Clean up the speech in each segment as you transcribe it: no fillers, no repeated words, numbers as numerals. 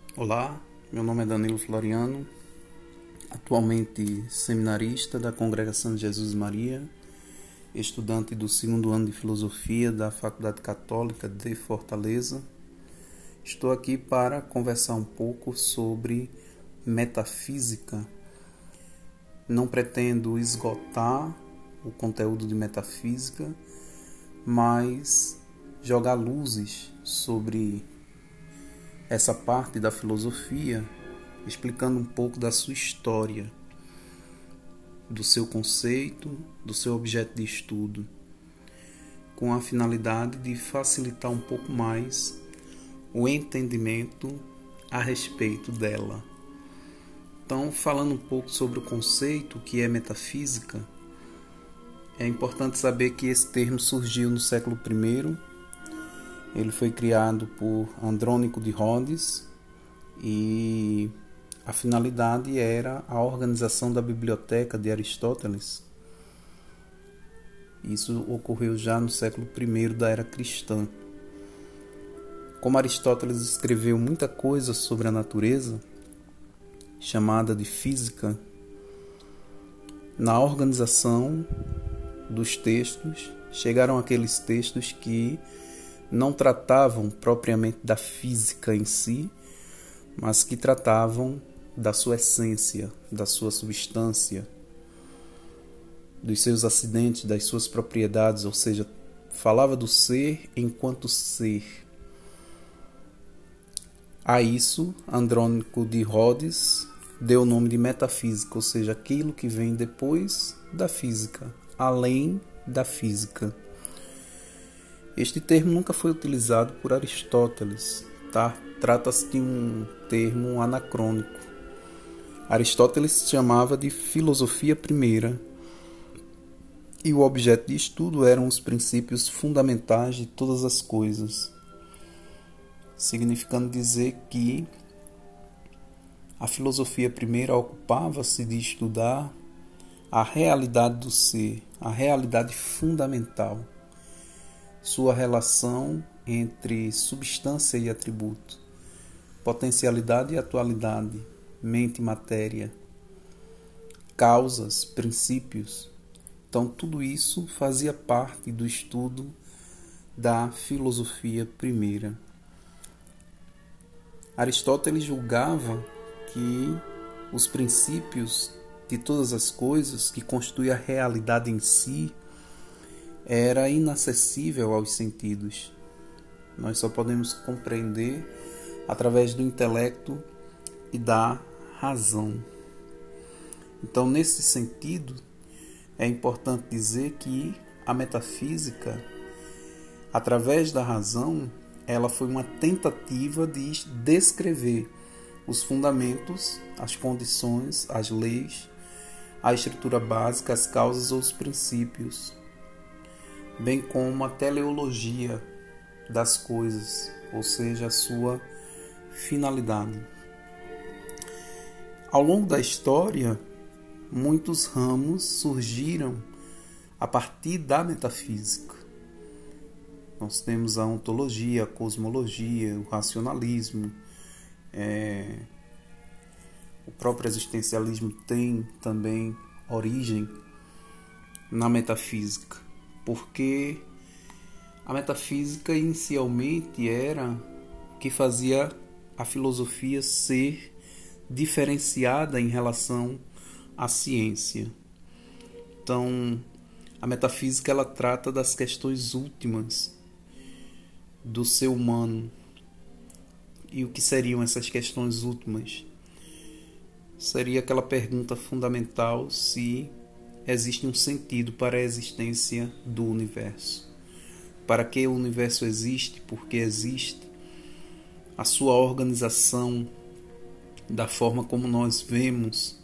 Olá, meu nome é Danilo Floriano, atualmente seminarista da Congregação de Jesus e Maria, estudante do segundo ano de Filosofia da Faculdade Católica de Fortaleza. Estou aqui para conversar um pouco sobre metafísica. Não pretendo esgotar o conteúdo de metafísica, mas jogar luzes sobre essa parte da filosofia, explicando um pouco da sua história, do seu conceito, do seu objeto de estudo, com a finalidade de facilitar um pouco mais o entendimento a respeito dela. Então, falando um pouco sobre o conceito que é metafísica, é importante saber que esse termo surgiu no século I. Ele foi criado por Andrônico de Rhodes e a finalidade era a organização da biblioteca de Aristóteles. Isso ocorreu já no século I da era cristã. Como Aristóteles escreveu muita coisa sobre a natureza, chamada de física, na organização dos textos, chegaram aqueles textos que não tratavam propriamente da física em si, mas que tratavam da sua essência, da sua substância, dos seus acidentes, das suas propriedades, ou seja, falava do ser enquanto ser. A isso, Andrônico de Rhodes deu o nome de metafísica, ou seja, aquilo que vem depois da física, além da física. Este termo nunca foi utilizado por Aristóteles, tá? Trata-se de um termo anacrônico. Aristóteles chamava de filosofia primeira, e o objeto de estudo eram os princípios fundamentais de todas as coisas, significando dizer que a filosofia primeira ocupava-se de estudar a realidade do ser, a realidade fundamental, sua relação entre substância e atributo, potencialidade e atualidade, mente e matéria, causas, princípios. Então, tudo isso fazia parte do estudo da filosofia primeira. Aristóteles julgava que os princípios de todas as coisas, que constituem a realidade em si, era inacessível aos sentidos. Nós só podemos compreender através do intelecto e da razão. Então, nesse sentido, é importante dizer que a metafísica, através da razão, ela foi uma tentativa de descrever os fundamentos, as condições, as leis, a estrutura básica, as causas ou os princípios, bem como a teleologia das coisas, ou seja, a sua finalidade. Ao longo da história, muitos ramos surgiram a partir da metafísica. Nós temos a ontologia, a cosmologia, o racionalismo, o próprio existencialismo tem também origem na metafísica, porque a metafísica inicialmente era o que fazia a filosofia ser diferenciada em relação à ciência. Então, a metafísica ela trata das questões últimas do ser humano. E o que seriam essas questões últimas? Seria aquela pergunta fundamental se existe um sentido para a existência do universo. Para que o universo existe? Por que existe? A sua organização, da forma como nós vemos,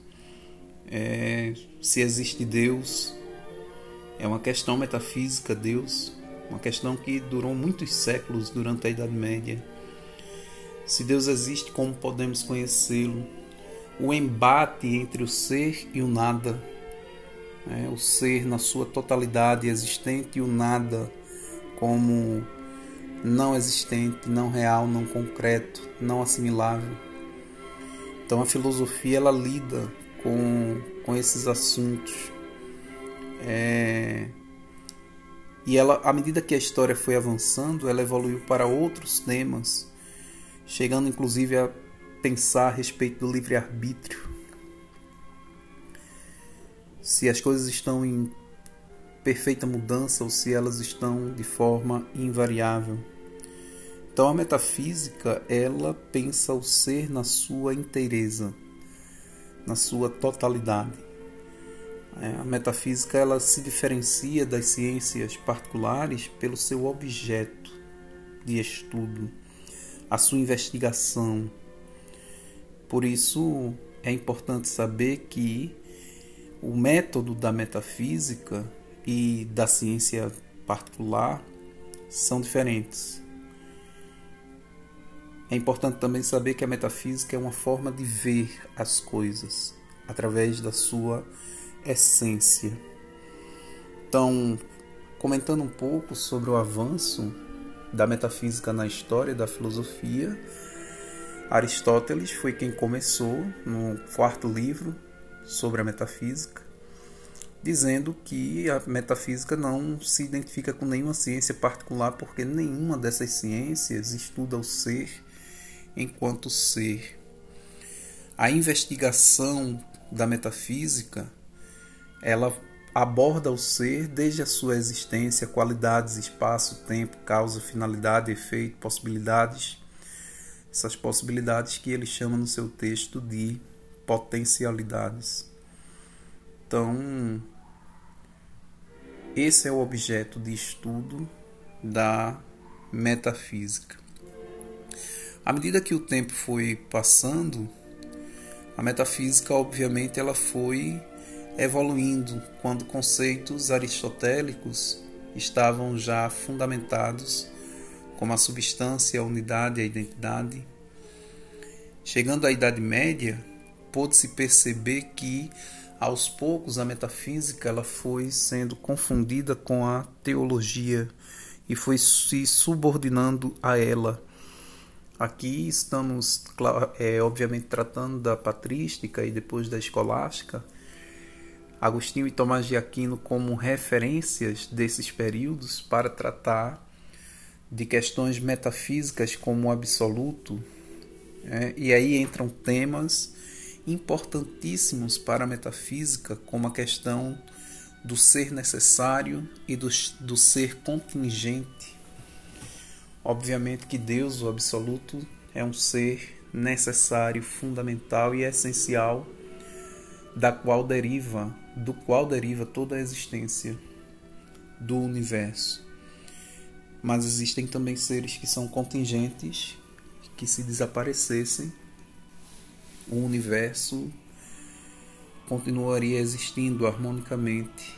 se existe Deus, é uma questão metafísica, Deus, uma questão que durou muitos séculos durante a Idade Média. Se Deus existe, como podemos conhecê-lo? O embate entre o ser e o nada, o ser na sua totalidade existente e o nada como não existente, não real, não concreto, não assimilável. Então a filosofia ela lida com esses assuntos. E ela, à medida que a história foi avançando, ela evoluiu para outros temas, chegando inclusive a pensar a respeito do livre-arbítrio. Se as coisas estão em perfeita mudança ou se elas estão de forma invariável. Então a metafísica, ela pensa o ser na sua inteireza, na sua totalidade. A metafísica ela se diferencia das ciências particulares pelo seu objeto de estudo, a sua investigação. Por isso é importante saber que o método da metafísica e da ciência particular são diferentes. É importante também saber que a metafísica é uma forma de ver as coisas através da sua essência. Então, comentando um pouco sobre o avanço da metafísica na história da filosofia, Aristóteles foi quem começou no 4º livro sobre a metafísica, dizendo que a metafísica não se identifica com nenhuma ciência particular, porque nenhuma dessas ciências estuda o ser enquanto ser. A investigação da metafísica, ela aborda o ser desde a sua existência, qualidades, espaço, tempo, causa, finalidade, efeito, possibilidades. Essas possibilidades que ele chama no seu texto de potencialidades. Então, esse é o objeto de estudo da metafísica. À medida que o tempo foi passando, a metafísica, obviamente, ela foi evoluindo quando conceitos aristotélicos estavam já fundamentados, como a substância, a unidade e a identidade. Chegando à Idade Média, pôde-se perceber que, aos poucos, a metafísica ela foi sendo confundida com a teologia e foi se subordinando a ela. Aqui estamos, obviamente, tratando da patrística e depois da escolástica. Agostinho e Tomás de Aquino como referências desses períodos para tratar de questões metafísicas como o absoluto. E aí entram temas importantíssimos para a metafísica, como a questão do ser necessário e do ser contingente. Obviamente que Deus, o absoluto, é um ser necessário, fundamental e essencial, do qual deriva toda a existência do universo. Mas existem também seres que são contingentes, que se desaparecessem, o universo continuaria existindo harmonicamente.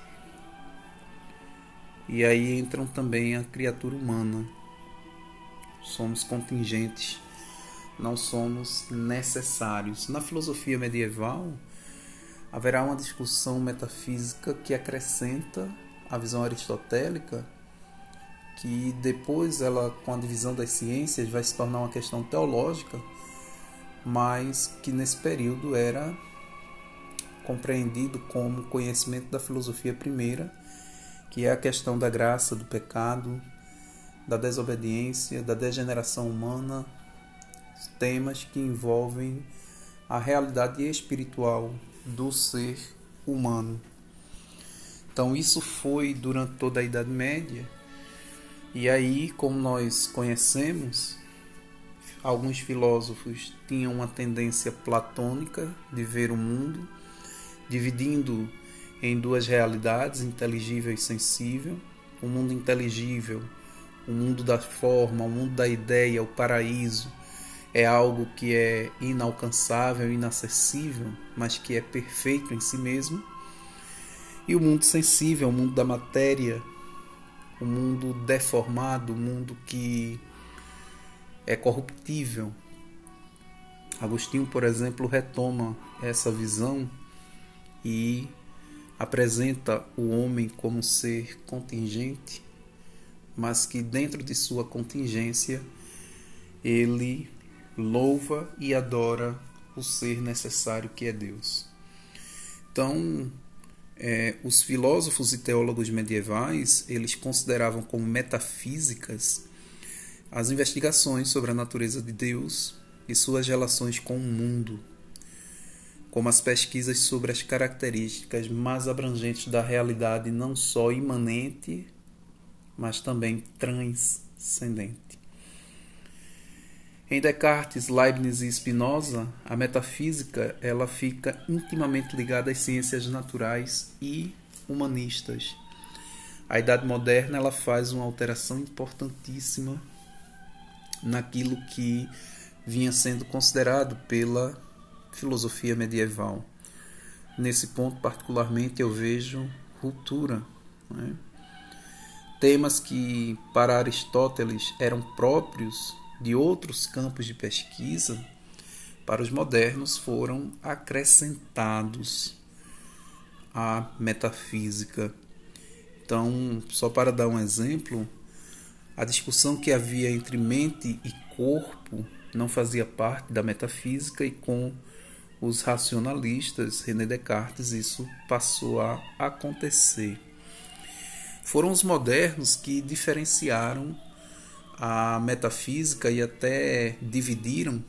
E aí entram também a criatura humana. Somos contingentes, não somos necessários. Na filosofia medieval, haverá uma discussão metafísica que acrescenta a visão aristotélica, que depois ela, com a divisão das ciências, vai se tornar uma questão teológica, mas que nesse período era compreendido como conhecimento da filosofia primeira, que é a questão da graça, do pecado, da desobediência, da degeneração humana, temas que envolvem a realidade espiritual do ser humano. Então isso foi durante toda a Idade Média, e aí, como nós conhecemos, alguns filósofos tinham uma tendência platônica de ver o mundo, dividindo em duas realidades, inteligível e sensível. O mundo inteligível, o mundo da forma, o mundo da ideia, o paraíso, é algo que é inalcançável, inacessível, mas que é perfeito em si mesmo. E o mundo sensível, o mundo da matéria, o mundo deformado, o mundo que é corruptível. Agostinho, por exemplo, retoma essa visão e apresenta o homem como um ser contingente, mas que dentro de sua contingência ele louva e adora o ser necessário que é Deus. Então, os filósofos e teólogos medievais, eles consideravam como metafísicas as investigações sobre a natureza de Deus e suas relações com o mundo, como as pesquisas sobre as características mais abrangentes da realidade, não só imanente, mas também transcendente. Em Descartes, Leibniz e Spinoza, a metafísica ela fica intimamente ligada às ciências naturais e humanistas. A Idade Moderna ela faz uma alteração importantíssima naquilo que vinha sendo considerado pela filosofia medieval. Nesse ponto, particularmente, eu vejo ruptura, né? Temas que para Aristóteles eram próprios de outros campos de pesquisa, para os modernos foram acrescentados à metafísica. Então, só para dar um exemplo, a discussão que havia entre mente e corpo não fazia parte da metafísica, e com os racionalistas, René Descartes, isso passou a acontecer. Foram os modernos que diferenciaram a metafísica e até dividiram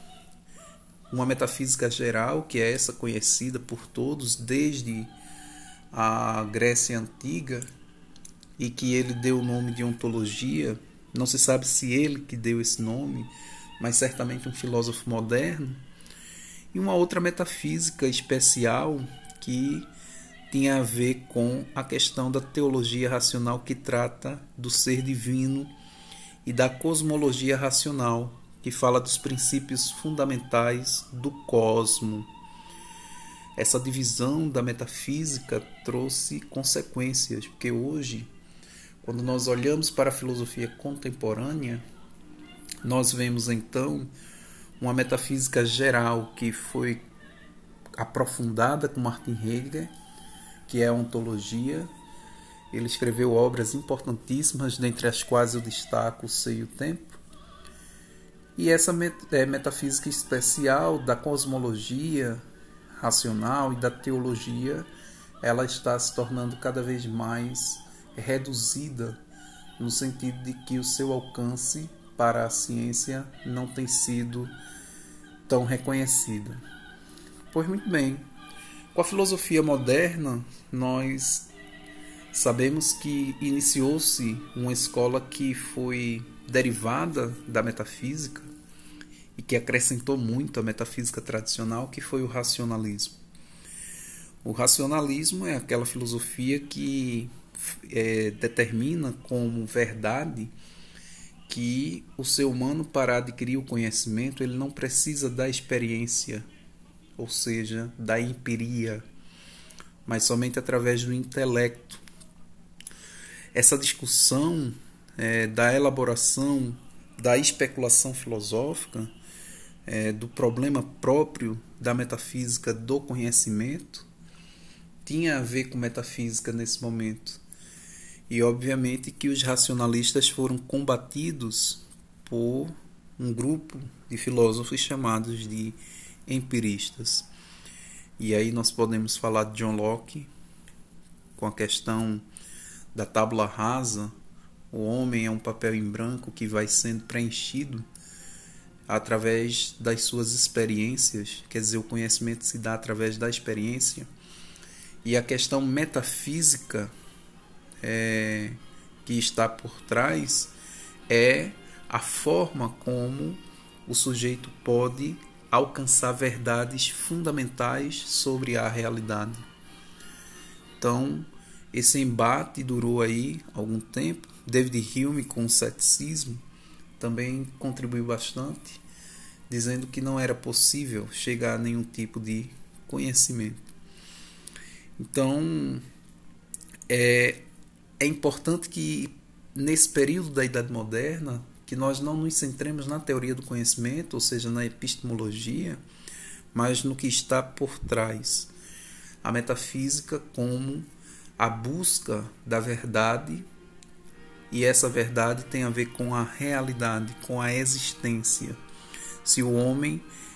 uma metafísica geral, que é essa conhecida por todos desde a Grécia Antiga, e que ele deu o nome de ontologia. Não se sabe se ele que deu esse nome, mas certamente um filósofo moderno. E uma outra metafísica especial que tinha a ver com a questão da teologia racional, que trata do ser divino, e da cosmologia racional, que fala dos princípios fundamentais do cosmo. Essa divisão da metafísica trouxe consequências, porque hoje, quando nós olhamos para a filosofia contemporânea, nós vemos então uma metafísica geral que foi aprofundada com Martin Heidegger, que é a ontologia. Ele escreveu obras importantíssimas, dentre as quais eu destaco O Ser e o Tempo. E essa metafísica especial da cosmologia racional e da teologia, ela está se tornando cada vez mais reduzida, no sentido de que o seu alcance para a ciência não tem sido tão reconhecido. Pois muito bem, com a filosofia moderna, nós sabemos que iniciou-se uma escola que foi derivada da metafísica e que acrescentou muito à metafísica tradicional, que foi o racionalismo. O racionalismo é aquela filosofia que determina como verdade que o ser humano, para adquirir o conhecimento, ele não precisa da experiência, ou seja, da empiria, mas somente através do intelecto. Essa discussão da elaboração, da especulação filosófica, do problema próprio da metafísica do conhecimento, tinha a ver com metafísica nesse momento. E obviamente que os racionalistas foram combatidos por um grupo de filósofos chamados de empiristas. E aí nós podemos falar de John Locke, com a questão da tábula rasa. O homem é um papel em branco que vai sendo preenchido através das suas experiências, quer dizer, o conhecimento se dá através da experiência. E a questão metafísica que está por trás é a forma como o sujeito pode alcançar verdades fundamentais sobre a realidade. Então, esse embate durou aí algum tempo. David Hume, com o ceticismo, também contribuiu bastante, dizendo que não era possível chegar a nenhum tipo de conhecimento. Então, é importante que nesse período da Idade Moderna, que nós não nos centremos na teoria do conhecimento, ou seja, na epistemologia, mas no que está por trás. A metafísica como a busca da verdade, e essa verdade tem a ver com a realidade, com a existência. Se o homem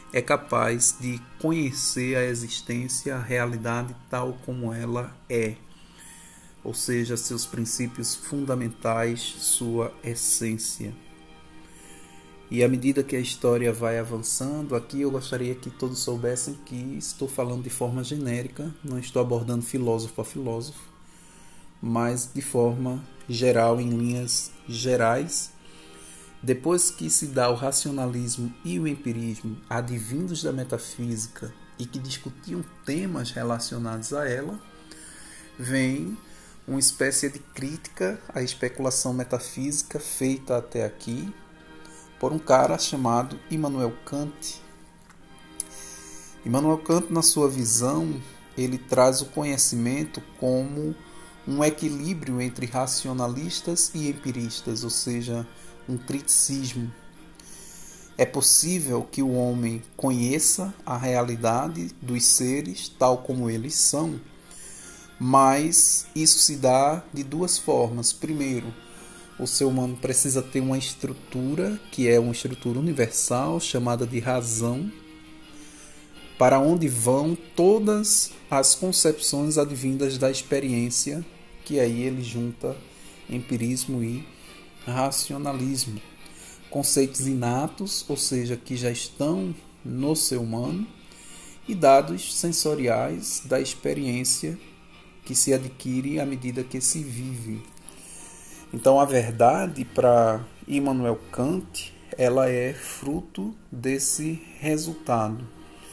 é capaz de conhecer a existência, a realidade tal como ela é, ou seja, seus princípios fundamentais, sua essência. E à medida que a história vai avançando, aqui eu gostaria que todos soubessem que estou falando de forma genérica, não estou abordando filósofo a filósofo, mas de forma geral, em linhas gerais. Depois que se dá o racionalismo e o empirismo advindos da metafísica e que discutiam temas relacionados a ela, vem uma espécie de crítica à especulação metafísica feita até aqui por um cara chamado Immanuel Kant. Immanuel Kant, na sua visão, ele traz o conhecimento como um equilíbrio entre racionalistas e empiristas, ou seja, um criticismo. É possível que o homem conheça a realidade dos seres tal como eles são, mas isso se dá de duas formas. Primeiro, o ser humano precisa ter uma estrutura, que é uma estrutura universal, chamada de razão, para onde vão todas as concepções advindas da experiência, que aí ele junta empirismo e racionalismo. Conceitos inatos, ou seja, que já estão no ser humano, e dados sensoriais da experiência que se adquire à medida que se vive. Então, a verdade, para Immanuel Kant, ela é fruto desse resultado.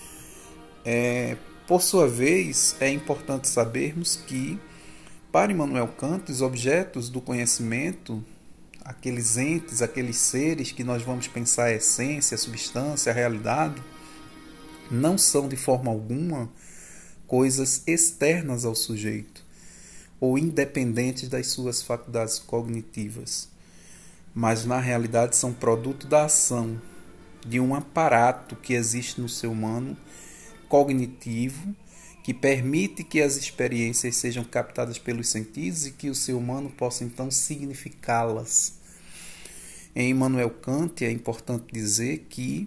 Por sua vez, é importante sabermos que, para Immanuel Kant, os objetos do conhecimento, aqueles entes, aqueles seres que nós vamos pensar a essência, a substância, a realidade, não são de forma alguma coisas externas ao sujeito ou independentes das suas faculdades cognitivas, mas na realidade são produto da ação de um aparato que existe no ser humano cognitivo, que permite que as experiências sejam captadas pelos sentidos e que o ser humano possa então significá-las. Em Immanuel Kant é importante dizer que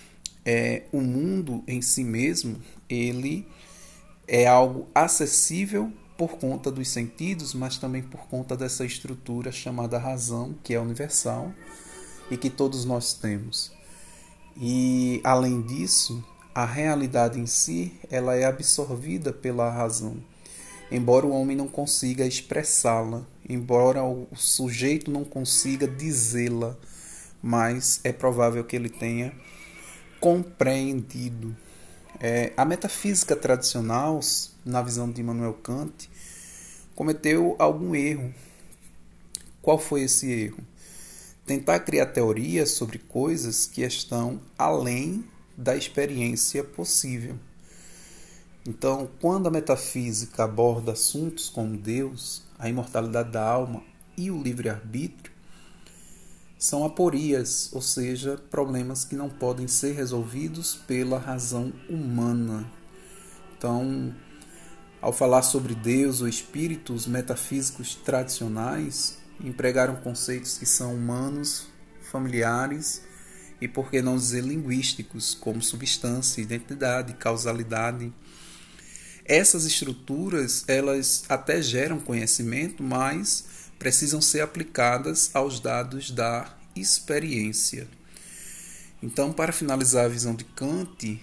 o mundo em si mesmo ele é algo acessível por conta dos sentidos, mas também por conta dessa estrutura chamada razão, que é universal e que todos nós temos. E, além disso, a realidade em si ela é absorvida pela razão, embora o homem não consiga expressá-la, embora o sujeito não consiga dizê-la, mas é provável que ele tenha compreendido. A metafísica tradicional, na visão de Immanuel Kant, cometeu algum erro. Qual foi esse erro? Tentar criar teorias sobre coisas que estão além da experiência possível. Então, quando a metafísica aborda assuntos como Deus, a imortalidade da alma e o livre-arbítrio, são aporias, ou seja, problemas que não podem ser resolvidos pela razão humana. Então, ao falar sobre Deus ou espírito, os metafísicos tradicionais empregaram conceitos que são humanos, familiares e, por que não dizer, linguísticos, como substância, identidade, causalidade. Essas estruturas, elas até geram conhecimento, mas precisam ser aplicadas aos dados da experiência. Então, para finalizar a visão de Kant,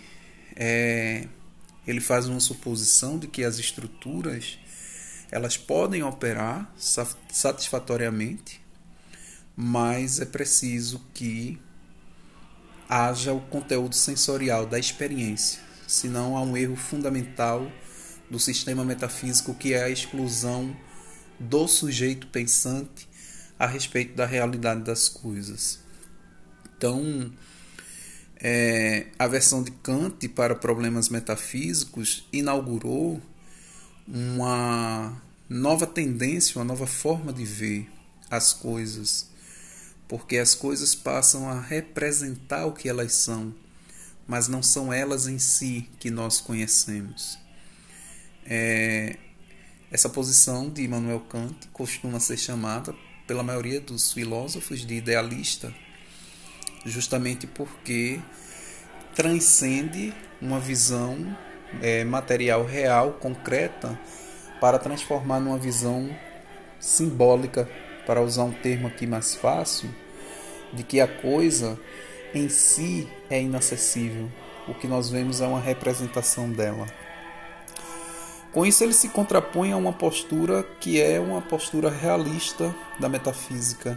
ele faz uma suposição de que as estruturas elas podem operar satisfatoriamente, mas é preciso que haja o conteúdo sensorial da experiência, senão há um erro fundamental do sistema metafísico, que é a exclusão do sujeito pensante a respeito da realidade das coisas. Então, a versão de Kant para problemas metafísicos inaugurou uma nova tendência, uma nova forma de ver as coisas, porque as coisas passam a representar o que elas são, mas não são elas em si que nós conhecemos. Essa posição de Immanuel Kant costuma ser chamada pela maioria dos filósofos de idealista, justamente porque transcende uma visão material real, concreta, para transformar numa visão simbólica, para usar um termo aqui mais fácil, de que a coisa em si é inacessível. O que nós vemos é uma representação dela. Com isso, ele se contrapõe a uma postura que é uma postura realista da metafísica.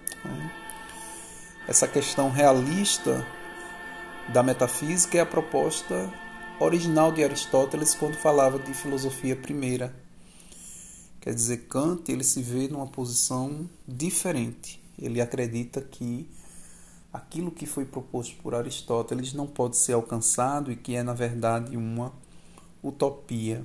Essa questão realista da metafísica é a proposta original de Aristóteles quando falava de filosofia primeira. Quer dizer, Kant ele se vê numa posição diferente. Ele acredita que aquilo que foi proposto por Aristóteles não pode ser alcançado e que é, na verdade, uma utopia.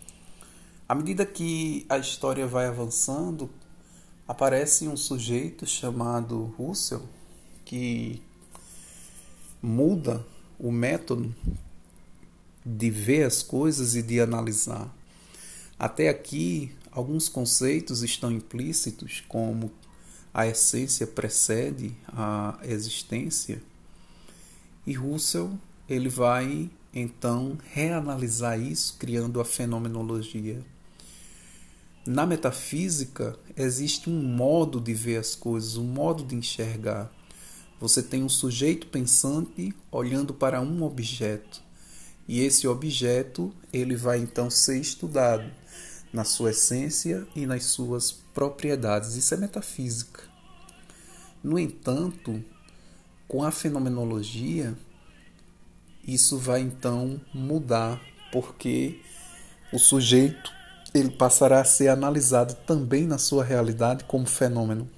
À medida que a história vai avançando, aparece um sujeito chamado Russell que muda o método de ver as coisas e de analisar. Até aqui, alguns conceitos estão implícitos, como a essência precede a existência, e Russell ele vai então reanalisar isso, criando a fenomenologia. Na metafísica existe um modo de ver as coisas, um modo de enxergar. Você tem um sujeito pensante olhando para um objeto, e esse objeto ele vai então ser estudado na sua essência e nas suas propriedades. Isso é metafísica. No entanto, com a fenomenologia, isso vai então mudar, porque o sujeito ele passará a ser analisado também na sua realidade como fenômeno.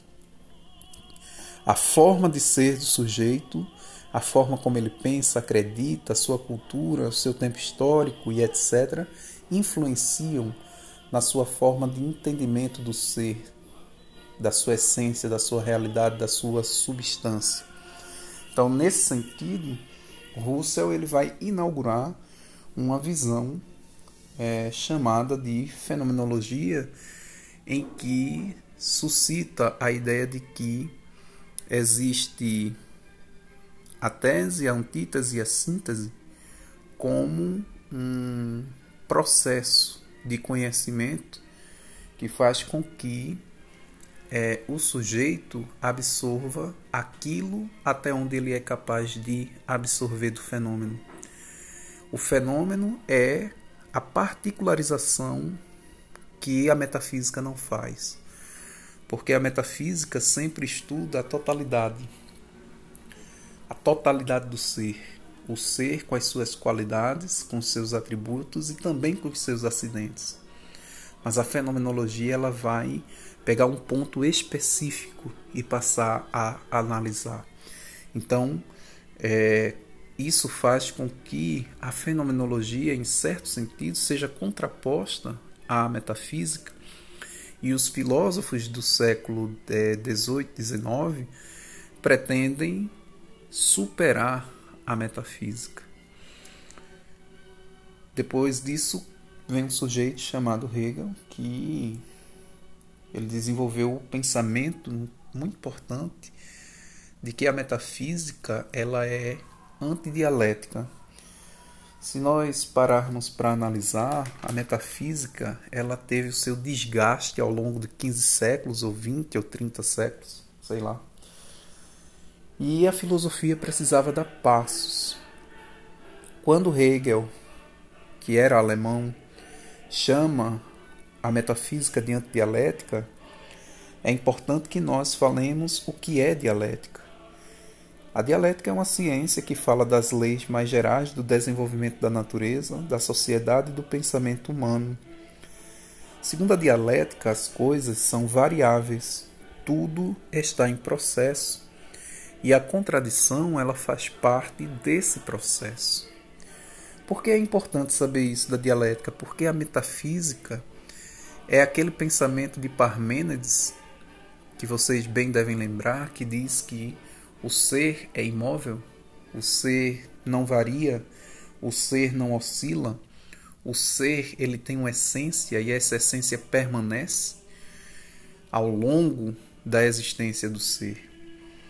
A forma de ser do sujeito, a forma como ele pensa, acredita, a sua cultura, o seu tempo histórico e etc., influenciam na sua forma de entendimento do ser, da sua essência, da sua realidade, da sua substância. Então, nesse sentido, Russell ele vai inaugurar uma visão chamada de fenomenologia, em que suscita a ideia de que existe a tese, a antítese e a síntese como um processo de conhecimento que faz com que o sujeito absorva aquilo até onde ele é capaz de absorver do fenômeno. O fenômeno é a particularização que a metafísica não faz, porque a metafísica sempre estuda a totalidade do ser, o ser com as suas qualidades, com os seus atributos e também com os seus acidentes. Mas a fenomenologia ela vai pegar um ponto específico e passar a analisar. Então, isso faz com que a fenomenologia, em certo sentido, seja contraposta à metafísica, e os filósofos do século XVIII e XIX pretendem superar a metafísica. Depois disso, vem um sujeito chamado Hegel, que ele desenvolveu um pensamento muito importante de que a metafísica ela é antidialética. Se nós pararmos para analisar, a metafísica ela teve o seu desgaste ao longo de 15 séculos, ou 20 ou 30 séculos, sei lá. E a filosofia precisava dar passos. Quando Hegel, que era alemão, chama a metafísica de antidialética, é importante que nós falemos o que é dialética. A dialética é uma ciência que fala das leis mais gerais do desenvolvimento da natureza, da sociedade e do pensamento humano. Segundo a dialética, as coisas são variáveis, tudo está em processo, e a contradição ela faz parte desse processo. Por que é importante saber isso da dialética? Porque a metafísica é aquele pensamento de Parmênides, que vocês bem devem lembrar, que diz que o ser é imóvel, o ser não varia, o ser não oscila, o ser ele tem uma essência e essa essência permanece ao longo da existência do ser.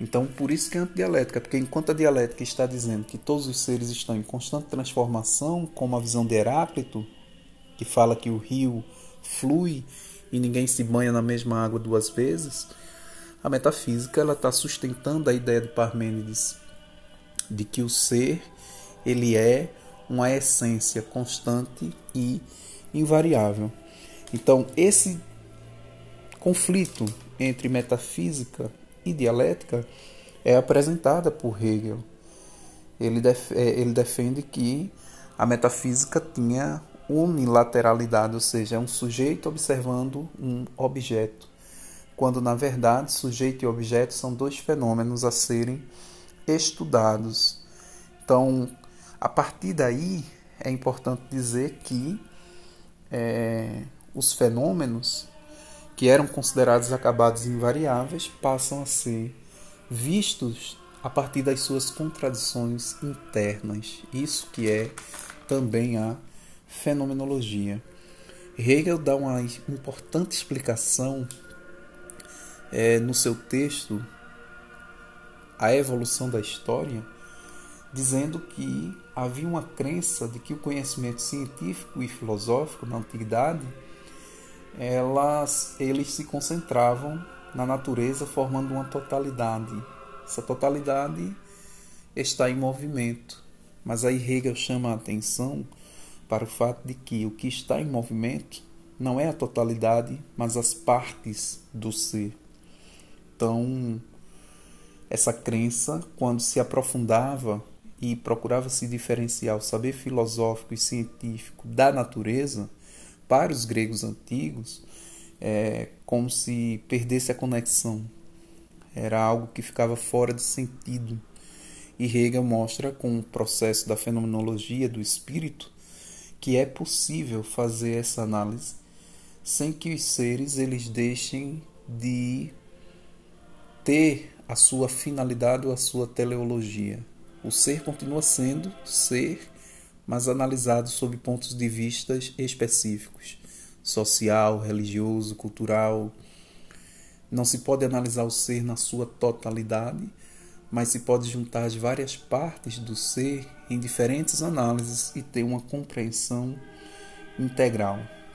Então, por isso que é antidialética, porque enquanto a dialética está dizendo que todos os seres estão em constante transformação, como a visão de Heráclito, que fala que o rio flui e ninguém se banha na mesma água duas vezes, a metafísica está sustentando a ideia de Parmênides de que o ser ele é uma essência constante e invariável. Então, esse conflito entre metafísica e dialética é apresentada por Hegel. Ele defende que a metafísica tinha unilateralidade, ou seja, é um sujeito observando um objeto, quando na verdade sujeito e objeto são dois fenômenos a serem estudados. Então, a partir daí, é importante dizer que os fenômenos que eram considerados acabados e invariáveis passam a ser vistos a partir das suas contradições internas. Isso que é também a fenomenologia. Hegel dá uma importante explicação no seu texto A Evolução da História, dizendo que havia uma crença de que o conhecimento científico e filosófico na antiguidade eles se concentravam na natureza formando uma totalidade. Essa totalidade está em movimento, mas aí Hegel chama a atenção para o fato de que o que está em movimento não é a totalidade, mas as partes do ser. Então, essa crença, quando se aprofundava e procurava se diferenciar o saber filosófico e científico da natureza, para os gregos antigos, como se perdesse a conexão. Era algo que ficava fora de sentido. E Hegel mostra, com o processo da fenomenologia do espírito, que é possível fazer essa análise sem que os seres eles deixem de ter a sua finalidade ou a sua teleologia. O ser continua sendo ser, mas analisado sob pontos de vista específicos, social, religioso, cultural. Não se pode analisar o ser na sua totalidade, mas se pode juntar as várias partes do ser em diferentes análises e ter uma compreensão integral.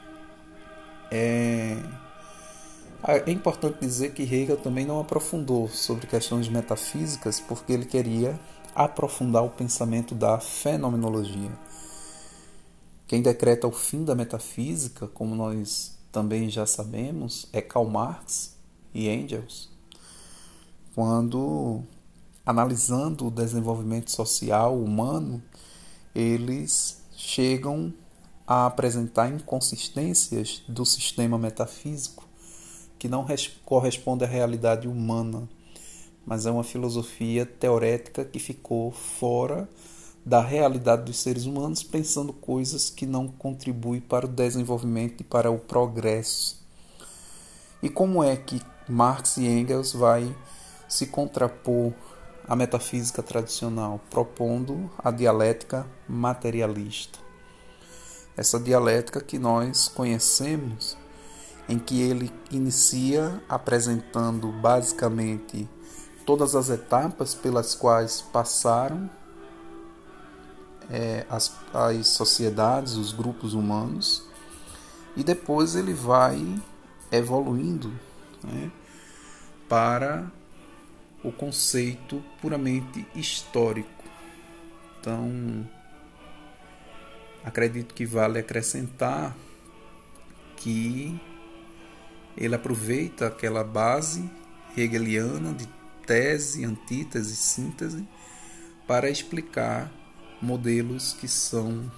É importante dizer que Hegel também não aprofundou sobre questões metafísicas porque ele queria aprofundar o pensamento da fenomenologia. Quem decreta o fim da metafísica, como nós também já sabemos, é Karl Marx e Engels, quando, analisando o desenvolvimento social humano, eles chegam a apresentar inconsistências do sistema metafísico que não corresponde à realidade humana, mas é uma filosofia teorética que ficou fora da realidade dos seres humanos, pensando coisas que não contribuem para o desenvolvimento e para o progresso. E como é que Marx e Engels vai se contrapor à metafísica tradicional, propondo a dialética materialista? Essa dialética que nós conhecemos, em que ele inicia apresentando basicamente todas as etapas pelas quais passaram as sociedades, os grupos humanos, e depois ele vai evoluindo, né, para o conceito puramente histórico. Então, acredito que vale acrescentar que ele aproveita aquela base hegeliana de tese, antítese, síntese para explicar modelos que são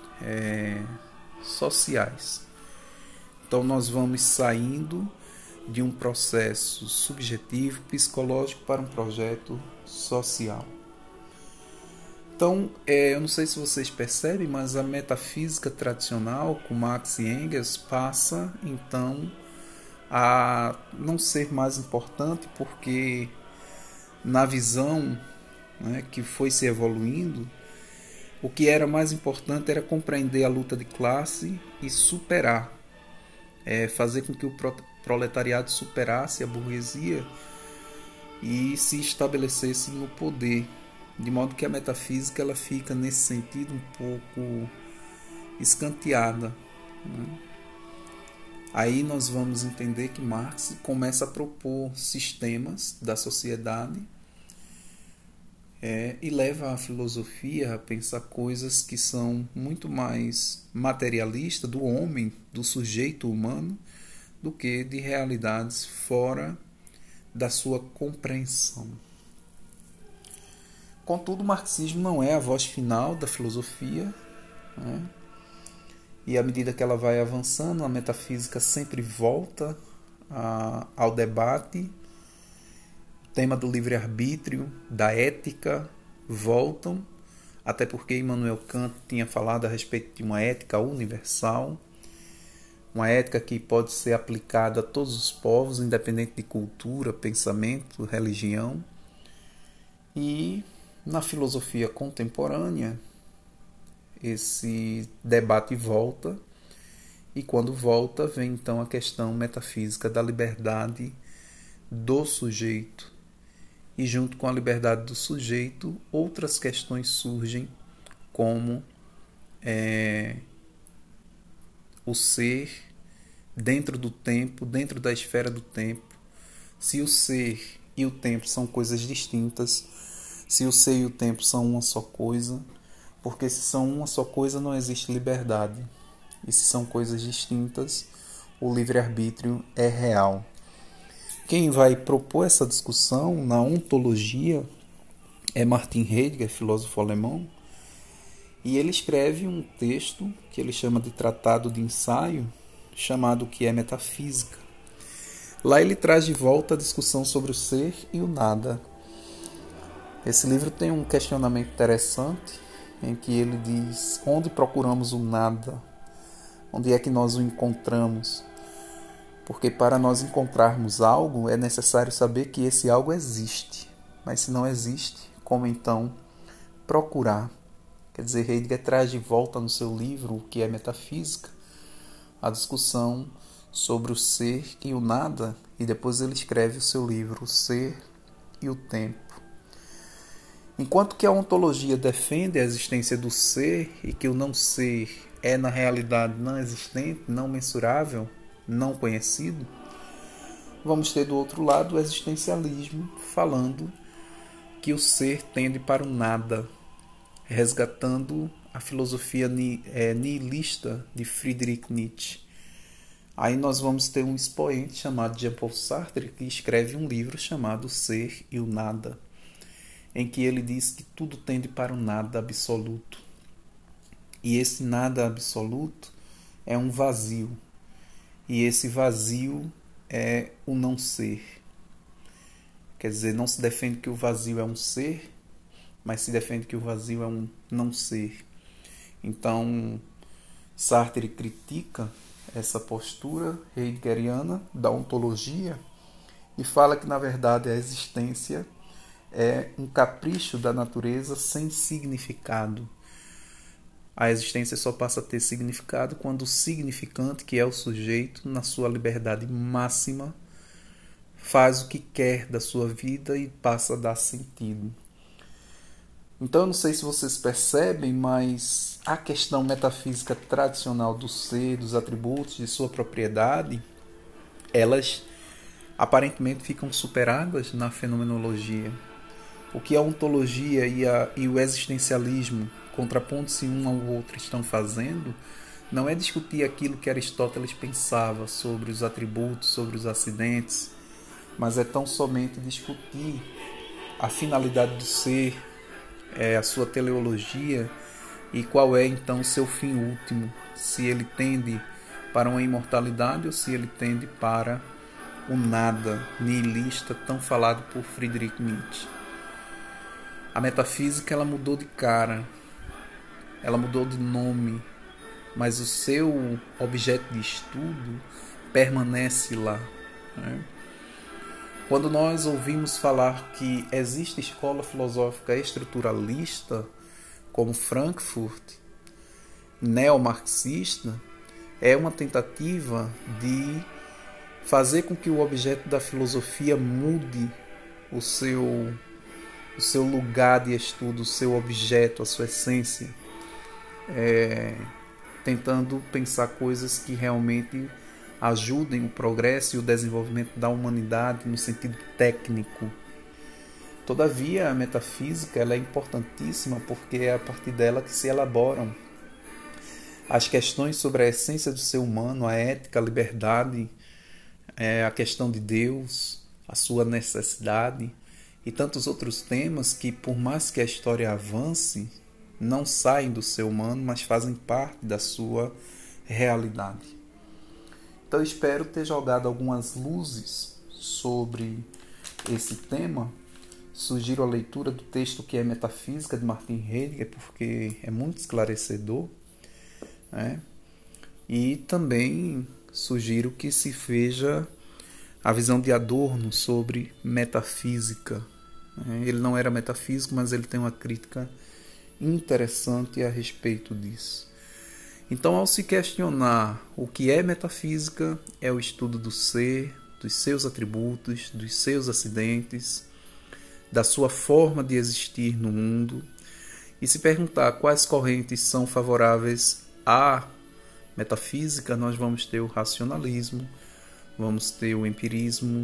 sociais. Então nós vamos saindo de um processo subjetivo, psicológico para um projeto social. Então, eu não sei se vocês percebem, mas a metafísica tradicional, com Marx e Engels, passa então a não ser mais importante, porque na visão, né, que foi se evoluindo, o que era mais importante era compreender a luta de classe e superar, fazer com que o proletariado superasse a burguesia e se estabelecesse no poder, de modo que a metafísica ela fica nesse sentido um pouco escanteada, né? Aí nós vamos entender que Marx começa a propor sistemas da sociedade e leva a filosofia a pensar coisas que são muito mais materialistas do homem, do sujeito humano, do que de realidades fora da sua compreensão. Contudo, o marxismo não é a voz final da filosofia, né? E à medida que ela vai avançando, a metafísica sempre volta ao debate. O tema do livre-arbítrio, da ética, voltam, até porque Immanuel Kant tinha falado a respeito de uma ética universal, uma ética que pode ser aplicada a todos os povos, independente de cultura, pensamento, religião. E na filosofia contemporânea, esse debate volta, e quando volta, vem então a questão metafísica da liberdade do sujeito. E junto com a liberdade do sujeito, outras questões surgem, como o ser dentro do tempo, dentro da esfera do tempo. Se o ser e o tempo são coisas distintas, se o ser e o tempo são uma só coisa, porque se são uma só coisa não existe liberdade, e se são coisas distintas, o livre-arbítrio é real. Quem vai propor essa discussão na ontologia é Martin Heidegger, filósofo alemão, e ele escreve um texto que ele chama de Tratado de Ensaio, chamado Que é Metafísica. Lá ele traz de volta a discussão sobre o ser e o nada. Esse livro tem um questionamento interessante, em que ele diz: onde procuramos o nada? Onde é que nós o encontramos? Porque para nós encontrarmos algo, é necessário saber que esse algo existe. Mas se não existe, como então procurar? Quer dizer, Heidegger traz de volta no seu livro, O que é Metafísica, a discussão sobre o ser e o nada, e depois ele escreve o seu livro, O Ser e o Tempo. Enquanto que a ontologia defende a existência do ser e que o não ser é na realidade não existente, não mensurável, não conhecido, vamos ter do outro lado o existencialismo falando que o ser tende para o nada, resgatando a filosofia nihilista de Friedrich Nietzsche. Aí nós vamos ter um expoente chamado Jean-Paul Sartre, que escreve um livro chamado O Ser e o Nada, em que ele diz que tudo tende para o nada absoluto. E esse nada absoluto é um vazio. E esse vazio é o não ser. Quer dizer, não se defende que o vazio é um ser, mas se defende que o vazio é um não ser. Então, Sartre critica essa postura heideggeriana da ontologia e fala que, na verdade, a existência é um capricho da natureza sem significado. A existência só passa a ter significado quando o significante, que é o sujeito, na sua liberdade máxima, faz o que quer da sua vida e passa a dar sentido. Então, eu não sei se vocês percebem, mas a questão metafísica tradicional do ser, dos atributos, de sua propriedade, elas aparentemente ficam superadas na fenomenologia. O que a ontologia e o existencialismo, contrapondo-se um ao outro, estão fazendo, não é discutir aquilo que Aristóteles pensava sobre os atributos, sobre os acidentes, mas é tão somente discutir a finalidade do ser, a sua teleologia e qual é então o seu fim último, se ele tende para uma imortalidade ou se ele tende para o nada nihilista tão falado por Friedrich Nietzsche. A metafísica ela mudou de cara, ela mudou de nome, mas o seu objeto de estudo permanece lá, né? Quando nós ouvimos falar que existe escola filosófica estruturalista, como Frankfurt, neomarxista, é uma tentativa de fazer com que o objeto da filosofia mude o seu lugar de estudo, o seu objeto, a sua essência, tentando pensar coisas que realmente ajudem o progresso e o desenvolvimento da humanidade no sentido técnico. Todavia, a metafísica ela é importantíssima porque é a partir dela que se elaboram as questões sobre a essência do ser humano, a ética, a liberdade, a questão de Deus, a sua necessidade e tantos outros temas que, por mais que a história avance, não saem do ser humano, mas fazem parte da sua realidade. Então eu espero ter jogado algumas luzes sobre esse tema. Sugiro a leitura do texto que é Metafísica, de Martin Heidegger, porque é muito esclarecedor, né? E também sugiro que se veja a visão de Adorno sobre metafísica. Ele não era metafísico, mas ele tem uma crítica interessante a respeito disso. Então, ao se questionar o que é metafísica, é o estudo do ser, dos seus atributos, dos seus acidentes, da sua forma de existir no mundo, e se perguntar quais correntes são favoráveis à metafísica, nós vamos ter o racionalismo, vamos ter o empirismo,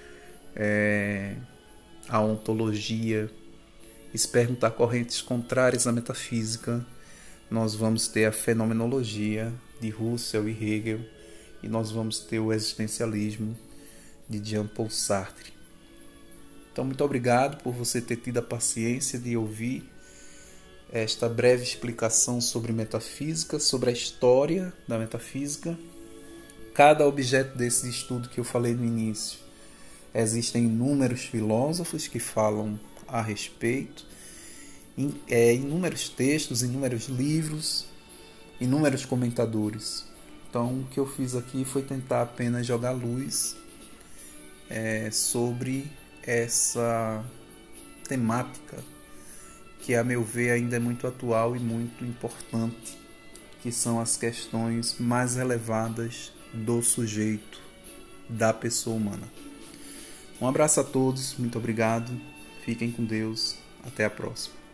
a ontologia. E se perguntar correntes contrárias à metafísica, nós vamos ter a fenomenologia de Husserl e Hegel, e nós vamos ter o existencialismo de Jean-Paul Sartre. Então, muito obrigado por você ter tido a paciência de ouvir esta breve explicação sobre metafísica, sobre a história da metafísica. Cada objeto desse estudo que eu falei no início, existem inúmeros filósofos que falam a respeito, inúmeros textos, inúmeros livros, inúmeros comentadores. Então, o que eu fiz aqui foi tentar apenas jogar luz sobre essa temática que, a meu ver, ainda é muito atual e muito importante, que são as questões mais elevadas do sujeito, da pessoa humana. Um abraço a todos, muito obrigado, fiquem com Deus, até a próxima.